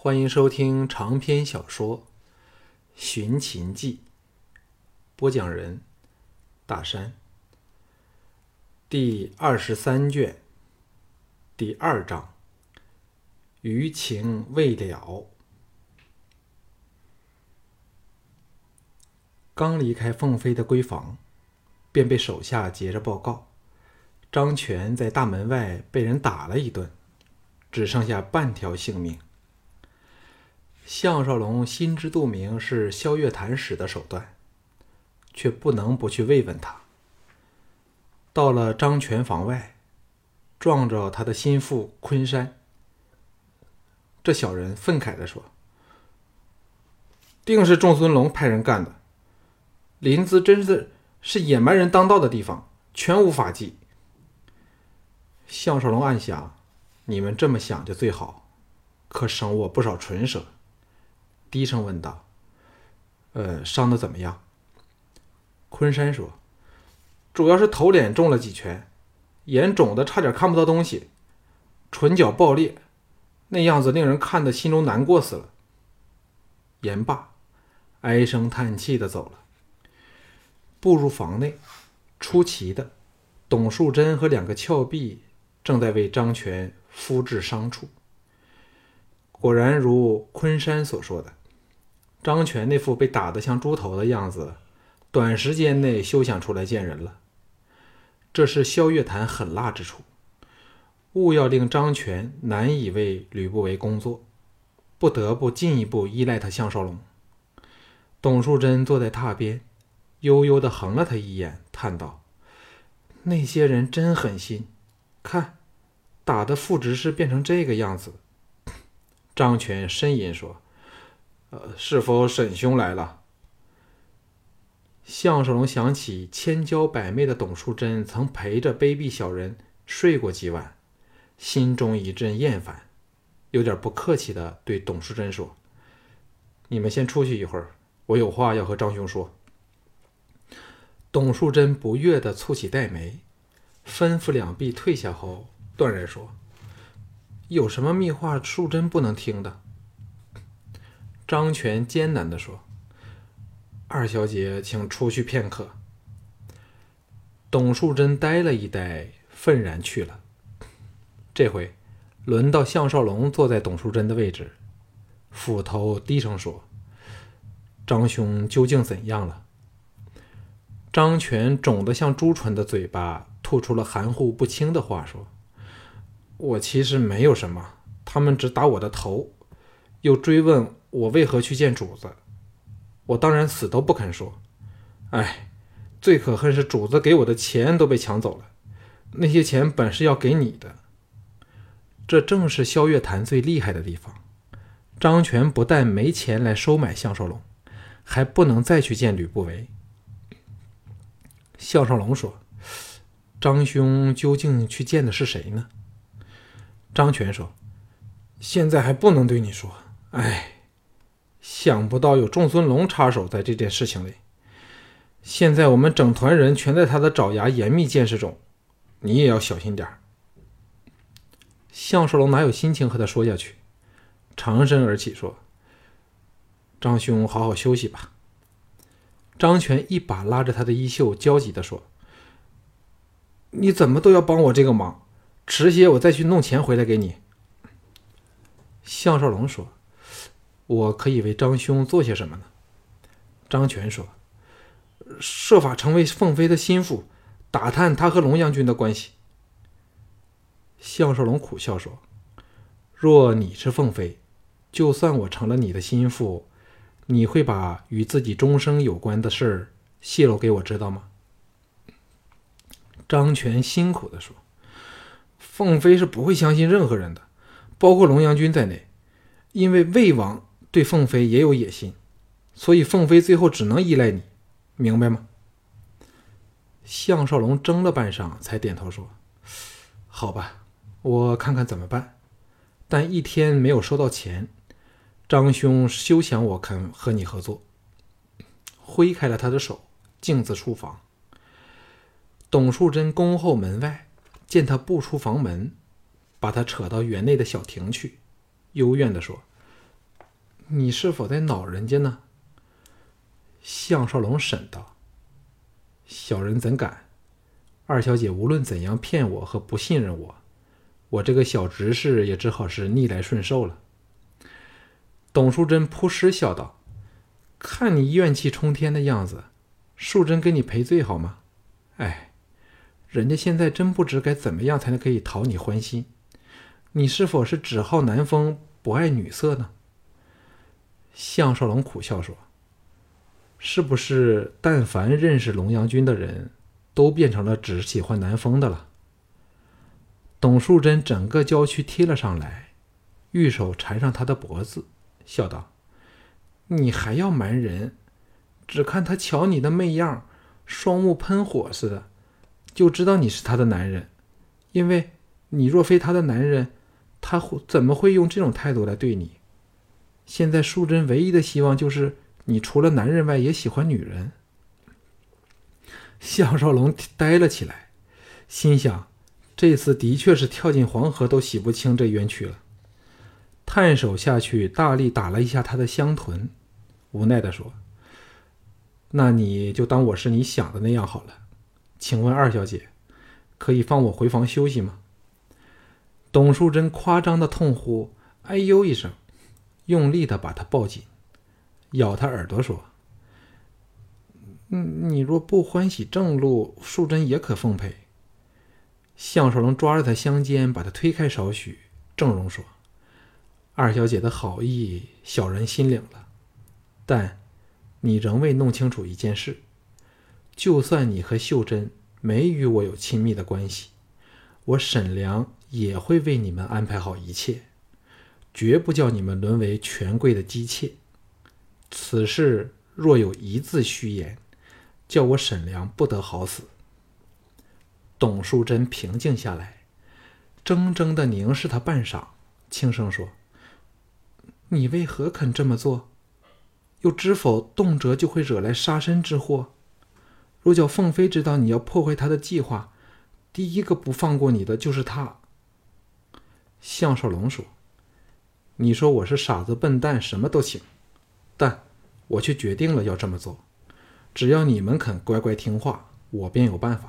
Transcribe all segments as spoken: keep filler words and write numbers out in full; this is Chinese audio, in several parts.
欢迎收听长篇小说《寻秦记》，播讲人大山，第二十三卷，第二章，余情未了。刚离开凤飞的闺房，便被手下接着报告，张全在大门外被人打了一顿，只剩下半条性命。项少龙心知肚明是萧月潭使的手段，却不能不去慰问他。到了张全房外，撞着他的心腹昆山。这小人愤慨地说：“定是仲孙龙派人干的，临淄真是是野蛮人当道的地方，全无法纪。”项少龙暗想，你们这么想就最好，可省我不少唇舌。低声问道：“呃，伤得怎么样？”昆山说：“主要是头脸中了几拳，眼肿得差点看不到东西，唇角爆裂，那样子令人看得心中难过死了。”言罢，唉声叹气地走了。步入房内，出奇的，董树贞和两个峭壁正在为张全敷治伤处。果然如昆山所说的，张全那副被打得像猪头的样子，短时间内休想出来见人了。这是萧月潭狠辣之处，务要令张全难以为吕不韦工作，不得不进一步依赖他项少龙。董树贞坐在榻边，悠悠地横了他一眼，叹道：“那些人真狠心，看，打得副执事变成这个样子。”张全呻吟说：“呃，是否沈兄来了？”项少龙想起千娇百媚的董树贞曾陪着卑鄙小人睡过几晚，心中一阵厌烦，有点不客气地对董树贞说：“你们先出去一会儿，我有话要和张兄说。”董树贞不悦地蹙起黛眉，吩咐两婢退下后，断然说：“有什么密话树贞不能听的？”张全艰难地说：“二小姐请出去片刻。”董树贞呆了一呆，愤然去了。这回轮到项少龙坐在董树贞的位置，斧头低声说：“张兄究竟怎样了？”张全肿得像猪唇的嘴巴吐出了含糊不清的话说：“我其实没有什么，他们只打我的头，又追问我为何去见主子，我当然死都不肯说。哎，最可恨是主子给我的钱都被抢走了，那些钱本是要给你的。”这正是萧月潭最厉害的地方。张全不但没钱来收买项少龙，还不能再去见吕不韦。项少龙说：“张兄究竟去见的是谁呢？”张全说：“现在还不能对你说，哎，想不到有仲孙龙插手在这件事情里，现在我们整团人全在他的爪牙严密监视中，你也要小心点。”项少龙哪有心情和他说下去，长身而起说：“张兄好好休息吧。”张全一把拉着他的衣袖，焦急地说：“你怎么都要帮我这个忙，迟些我再去弄钱回来给你。”项少龙说：“我可以为张兄做些什么呢？”张全说：“设法成为凤飞的心腹，打探他和龙阳君的关系。”项少龙苦笑说：“若你是凤飞，就算我成了你的心腹，你会把与自己终生有关的事儿泄露给我知道吗？”张全辛苦地说：“凤飞是不会相信任何人的，包括龙阳君在内，因为魏王对凤飞也有野心，所以凤飞最后只能依赖你，明白吗？”项少龙怔了半晌，才点头说：“好吧，我看看怎么办，但一天没有收到钱，张兄休想我肯和你合作。”挥开了他的手，径自出房。董树贞恭候门外，见他不出房门，把他扯到园内的小亭去，幽怨地说：“ 你是否在恼人家呢？项少龙审道：小人怎敢？二小姐无论怎样骗我和不信任我，我这个小执事也只好是逆来顺受了。董淑贞扑哧笑道：看你怨气冲天的样子，淑贞给你赔罪好吗？哎，人家现在真不知该怎么样才能可以讨你欢心。你是否是只好男风不爱女色呢？项少龙苦笑说：是不是但凡认识龙阳君的人都变成了只喜欢南风的了？董淑贞整个娇躯贴了上来，玉手缠上他的脖子，笑道：你还要瞒人？只看他瞧你的媚样，双目喷火似的，就知道你是他的男人。因为你若非他的男人，他怎么会用这种态度来对你？现在淑贞唯一的希望就是你除了男人外也喜欢女人。项少龙呆了起来，心想这次的确是跳进黄河都洗不清这冤屈了。探手下去大力打了一下他的香臀，无奈地说：那你就当我是你想的那样好了。请问二小姐，可以放我回房休息吗？董淑贞夸张的痛呼哎呦一声，用力的把他抱紧，咬他耳朵说：你若不欢喜正路，淑贞也可奉陪。项少龙抓着他香肩，把他推开少许，郑容说：二小姐的好意小人心领了，但你仍未弄清楚一件事，就算你和秀珍没与我有亲密的关系，我沈良也会为你们安排好一切，绝不叫你们沦为权贵的姬妾。此事若有一字虚言，叫我沈良不得好死。董淑贞平静下来，怔怔地凝视他半晌，轻声说：你为何肯这么做？又知否动辄就会惹来杀身之祸？若叫凤飞知道你要破坏他的计划，第一个不放过你的就是他。项少龙说：你说我是傻子笨蛋什么都行，但我却决定了要这么做，只要你们肯乖乖听话，我便有办法。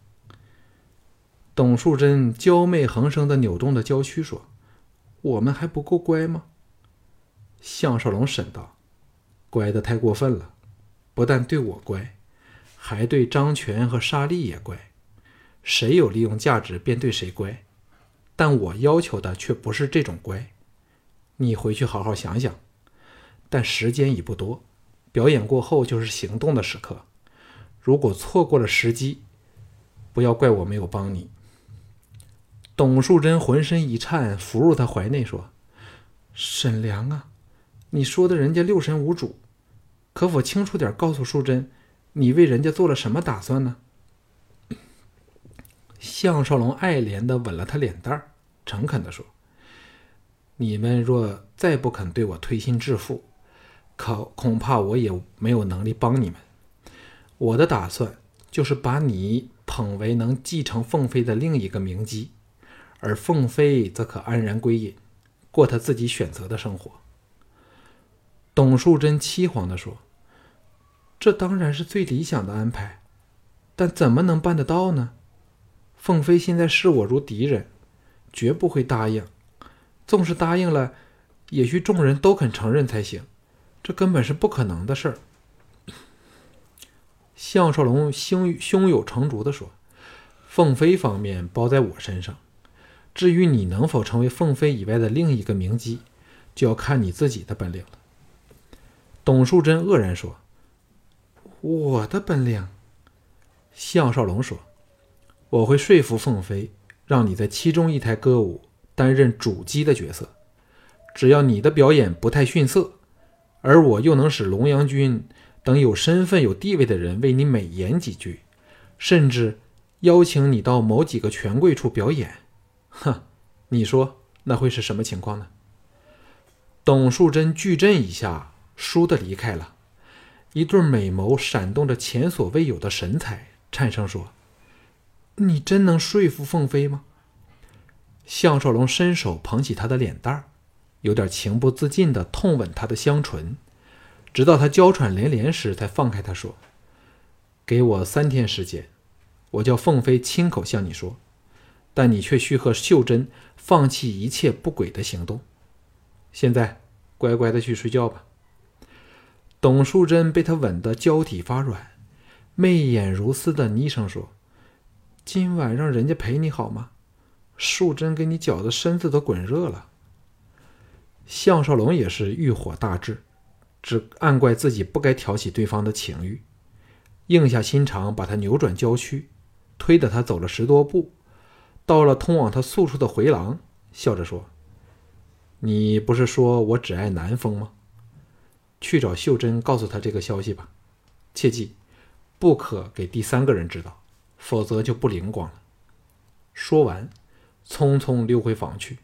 董淑贞娇媚横生的扭动着娇躯说：我们还不够乖吗？项少龙审道：乖得太过分了，不但对我乖，还对张全和沙莉也乖，谁有利用价值便对谁乖，但我要求的却不是这种乖。你回去好好想想，但时间已不多，表演过后就是行动的时刻，如果错过了时机，不要怪我没有帮你。董淑贞浑身一颤，伏入他怀内说：沈良啊，你说的人家六神无主，可否清楚点告诉淑贞，你为人家做了什么打算呢？项少龙爱怜地吻了他脸蛋，诚恳地说：你们若再不肯对我推心置腹，可恐怕我也没有能力帮你们。我的打算就是把你捧为能继承凤飞的另一个名姬，而凤飞则可安然归隐，过他自己选择的生活。董淑贞凄惶地说：这当然是最理想的安排，但怎么能办得到呢？凤飞现在视我如敌人，绝不会答应，纵是答应了，也许众人都肯承认才行，这根本是不可能的事儿。项少龙胸胸有成竹地说：凤飞方面包在我身上，至于你能否成为凤飞以外的另一个名姬，就要看你自己的本领了。董淑贞愕然说：我的本领？项少龙说：我会说服凤飞，让你在其中一台歌舞担任主姬的角色，只要你的表演不太逊色，而我又能使龙阳君等有身份有地位的人为你美言几句，甚至邀请你到某几个权贵处表演，哼，你说那会是什么情况呢？董淑贞巨震一下，倏地离开了，一对美眸闪动着前所未有的神采，颤声说：你真能说服凤飞吗？项少龙伸手捧起他的脸蛋， 有点情不自禁地痛吻她的香唇，直到她娇喘连连时才放开她说：给我三天时间，我叫凤飞亲口向你说，但你却需和秀珍放弃一切不轨的行动。现在乖乖的去睡觉吧。董淑贞被他吻得娇体发软，媚眼如丝的昵声说：今晚让人家陪你好吗？淑贞给你搅得身子都滚热了。项少龙也是欲火大炽，只暗怪自己不该挑起对方的情欲，硬下心肠把他扭转娇躯，推得他走了十多步，到了通往他宿处的回廊，笑着说：你不是说我只爱南风吗？去找秀珍告诉他这个消息吧，切记不可给第三个人知道，否则就不灵光了。说完匆匆溜回房去。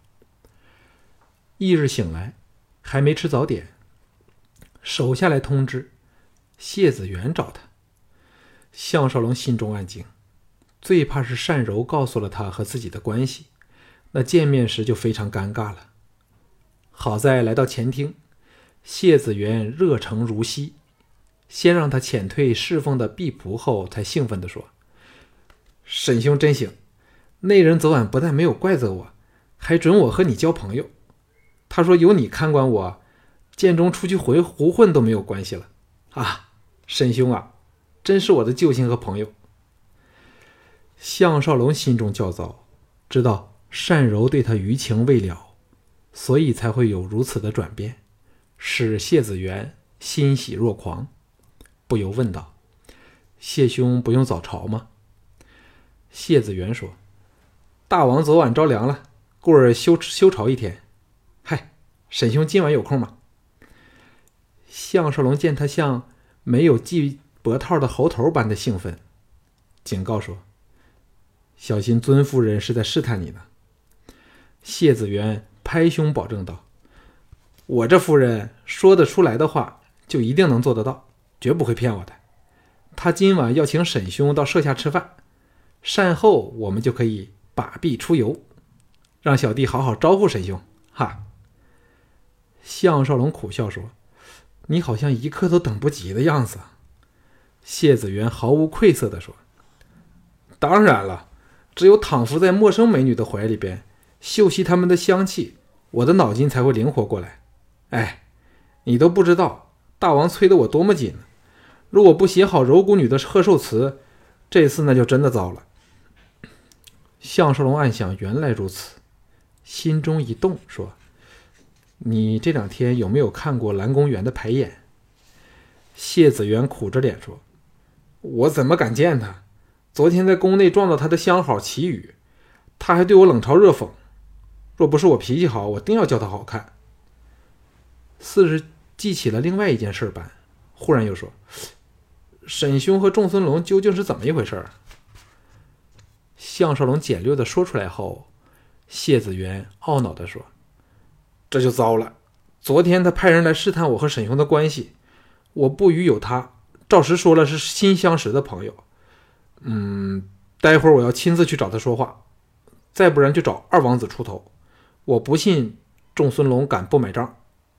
翌日醒来，还没吃早点，手下来通知谢子元找他。项少龙心中暗惊，最怕是单柔告诉了他和自己的关系，那见面时就非常尴尬了。好在来到前厅，谢子元热诚如昔，先让他遣退侍奉的婢仆后，才兴奋地说：沈兄真行，那人昨晚不但没有怪责我，还准我和你交朋友。他说有你看管我，剑中出去回胡混都没有关系了啊！沈兄啊，真是我的救星和朋友。项少龙心中焦躁，知道单柔对他余情未了，所以才会有如此的转变，使谢子元欣喜若狂，不由问道：谢兄不用早朝吗？谢子元说：大王昨晚着凉了，故而休休朝一天。嗨，沈兄今晚有空吗？项少龙见他像没有系脖套的猴头般的兴奋，警告说：小心尊夫人是在试探你呢。谢子元拍胸保证道：我这夫人说得出来的话就一定能做得到，绝不会骗我的。他今晚要请沈兄到舍下吃饭，善后我们就可以把臂出游，让小弟好好招呼沈兄哈。项少龙苦笑说：你好像一刻都等不及的样子。谢子元毫无愧色地说：当然了，只有躺伏在陌生美女的怀里边，嗅吸她们的香气，我的脑筋才会灵活过来。哎，你都不知道大王催得我多么紧呢，如果不写好柔骨女的贺寿词，这次那就真的糟了。项少龙暗想，原来如此，心中一动，说：你这两天有没有看过蓝公园的排演？谢子元苦着脸说：我怎么敢见他？昨天在宫内撞到他的相好齐宇，他还对我冷嘲热讽，若不是我脾气好，我定要叫他好看。似是记起了另外一件事般，忽然又说：沈兄和仲孙龙究竟是怎么一回事？项少龙简略地说出来后，谢子元懊恼地说：这就糟了，昨天他派人来试探我和沈兄的关系，我不疑有他，照实说了是新相识的朋友。嗯，待会儿我要亲自去找他说话，再不然就找二王子出头，我不信仲孙龙敢不买账。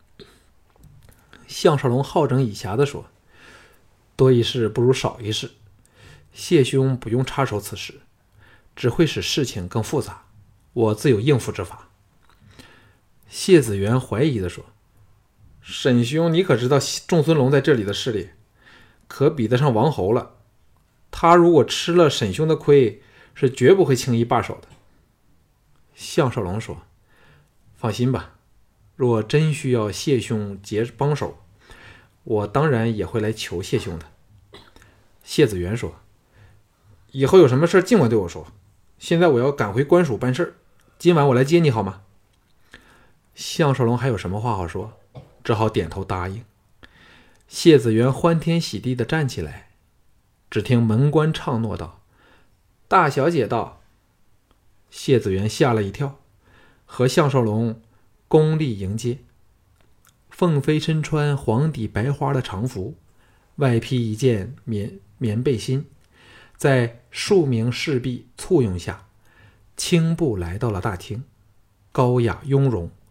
项少龙好整以暇地说：多一事不如少一事，谢兄不用插手此事，只会使事情更复杂，我自有应付之法。谢子元怀疑地说：沈兄，你可知道仲孙龙在这里的势力可比得上王侯了，他如果吃了沈兄的亏，是绝不会轻易罢手的。项少龙说：放心吧，若真需要谢兄结帮手，我当然也会来求谢兄的。谢子元说：以后有什么事尽管对我说，现在我要赶回官署办事，今晚我来接你好吗？项少龙还有什么话好说，只好点头答应。谢子元欢天喜地地站起来，只听门官唱诺道：大小姐到。谢子元吓了一跳，和项少龙恭立迎接。凤飞身穿黄底白花的长服，外披一件棉棉背心，在数名侍婢簇拥下，轻步来到了大厅，高雅雍容，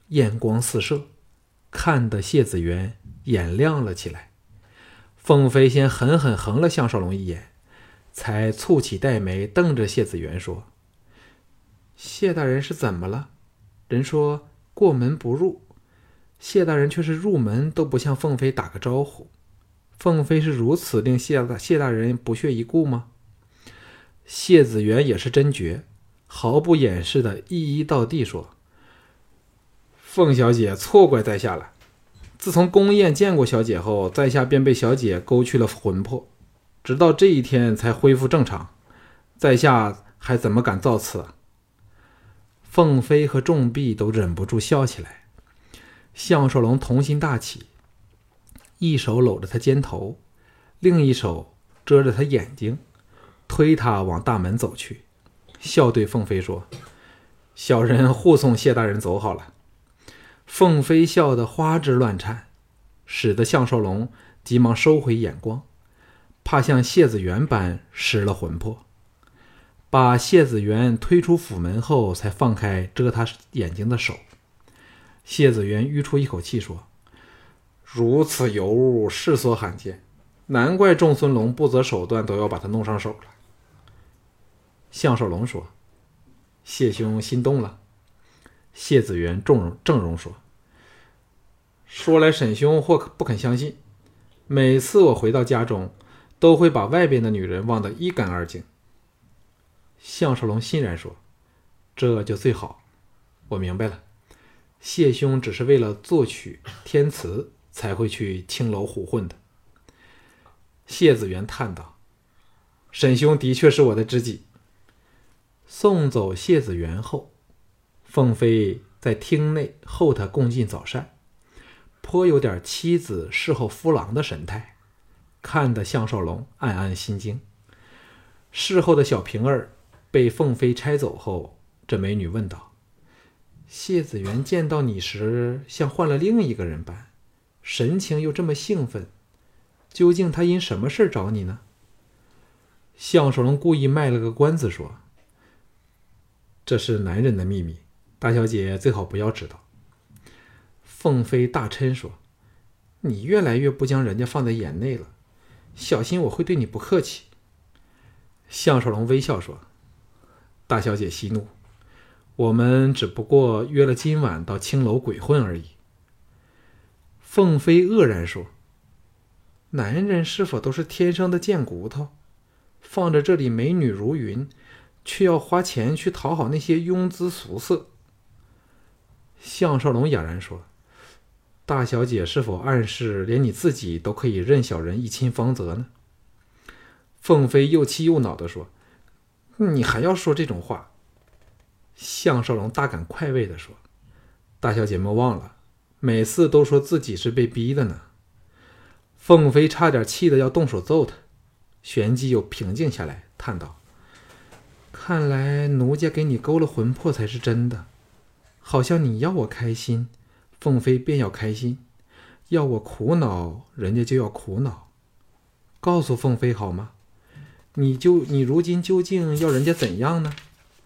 艳光四射，看得谢子元眼亮了起来。凤飞先狠狠横了项少龙一眼，才蹙起黛眉瞪着谢子元说：谢大人是怎么了？人说过门不入，谢大人却是入门都不向凤飞打个招呼。凤飞是如此令谢大谢大人不屑一顾吗？谢子元也是真绝，毫不掩饰的一一道地说：凤小姐错怪在下了。自从宫宴见过小姐后，在下便被小姐勾去了魂魄，直到这一天才恢复正常，在下还怎么敢造次啊？凤飞和众婢都忍不住笑起来。项少龙童心大起，一手搂着他肩头，另一手遮着他眼睛，推他往大门走去，笑对凤飞说：小人护送谢大人走好了。凤飞笑得花枝乱颤，使得项少龙急忙收回眼光，怕像谢子元般失了魂魄。把谢子元推出府门后，才放开遮他眼睛的手。谢子元吁出一口气说：如此尤物世所罕见，难怪仲孙龙不择手段都要把他弄上手了。项少龙说：谢兄心动了。谢子元正容说：说来沈兄或不肯相信，每次我回到家中，都会把外边的女人忘得一干二净。项少龙欣然说：这就最好，我明白了，谢兄只是为了作曲填词才会去青楼胡混的。谢子元叹道：沈兄的确是我的知己。送走谢子元后，凤飞在厅内候他共进早膳，颇有点妻子侍候夫郎的神态，看得项少龙暗暗心惊。事后的小平儿被凤飞拆走后，这美女问道：谢子元见到你时像换了另一个人般，神情又这么兴奋，究竟他因什么事找你呢？项少龙故意卖了个关子说：这是男人的秘密，大小姐最好不要知道。凤飞大嗔说：你越来越不将人家放在眼内了，小心我会对你不客气。项少龙微笑说：大小姐息怒，我们只不过约了今晚到青楼鬼混而已。凤飞愕然说：男人是否都是天生的贱骨头，放着这里美女如云，却要花钱去讨好那些庸姿俗色？项少龙哑然说：大小姐是否暗示连你自己都可以任小人一亲芳泽呢？凤飞又气又恼地说：你还要说这种话？项少龙大感快慰地说：大小姐莫忘了，每次都说自己是被逼的呢。凤飞差点气得要动手揍他，旋即又平静下来，叹道：看来奴家给你勾了魂魄才是真的，好像你要我开心，凤飞便要开心，要我苦恼，人家就要苦恼。告诉凤飞好吗？你就你如今究竟要人家怎样呢？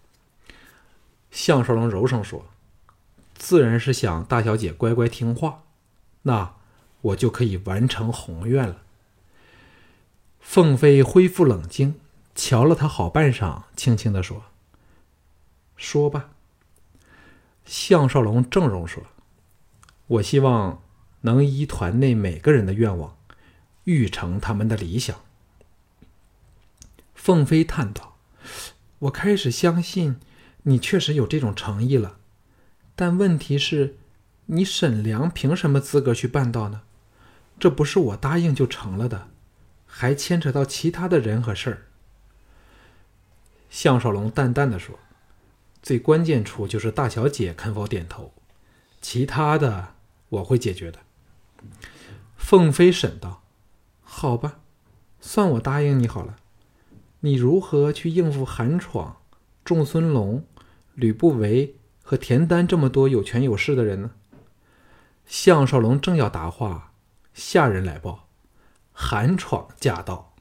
项少龙柔声说：自然是想大小姐乖乖听话，那我就可以完成宏愿了。凤飞恢复冷静，瞧了他好半晌，轻轻地说：说吧。项少龙正容说：我希望能依团内每个人的愿望，育成他们的理想。凤飞叹道：我开始相信你确实有这种诚意了，但问题是，你沈良凭什么资格去办到呢？这不是我答应就成了的，还牵扯到其他的人和事儿。项少龙淡淡的说：最关键处就是大小姐肯否点头，其他的我会解决的。凤飞沈道：好吧，算我答应你好了。你如何去应付韩闯、仲孙龙、吕不韦和田丹这么多有权有势的人呢？项少龙正要答话，下人来报：韩闯驾到。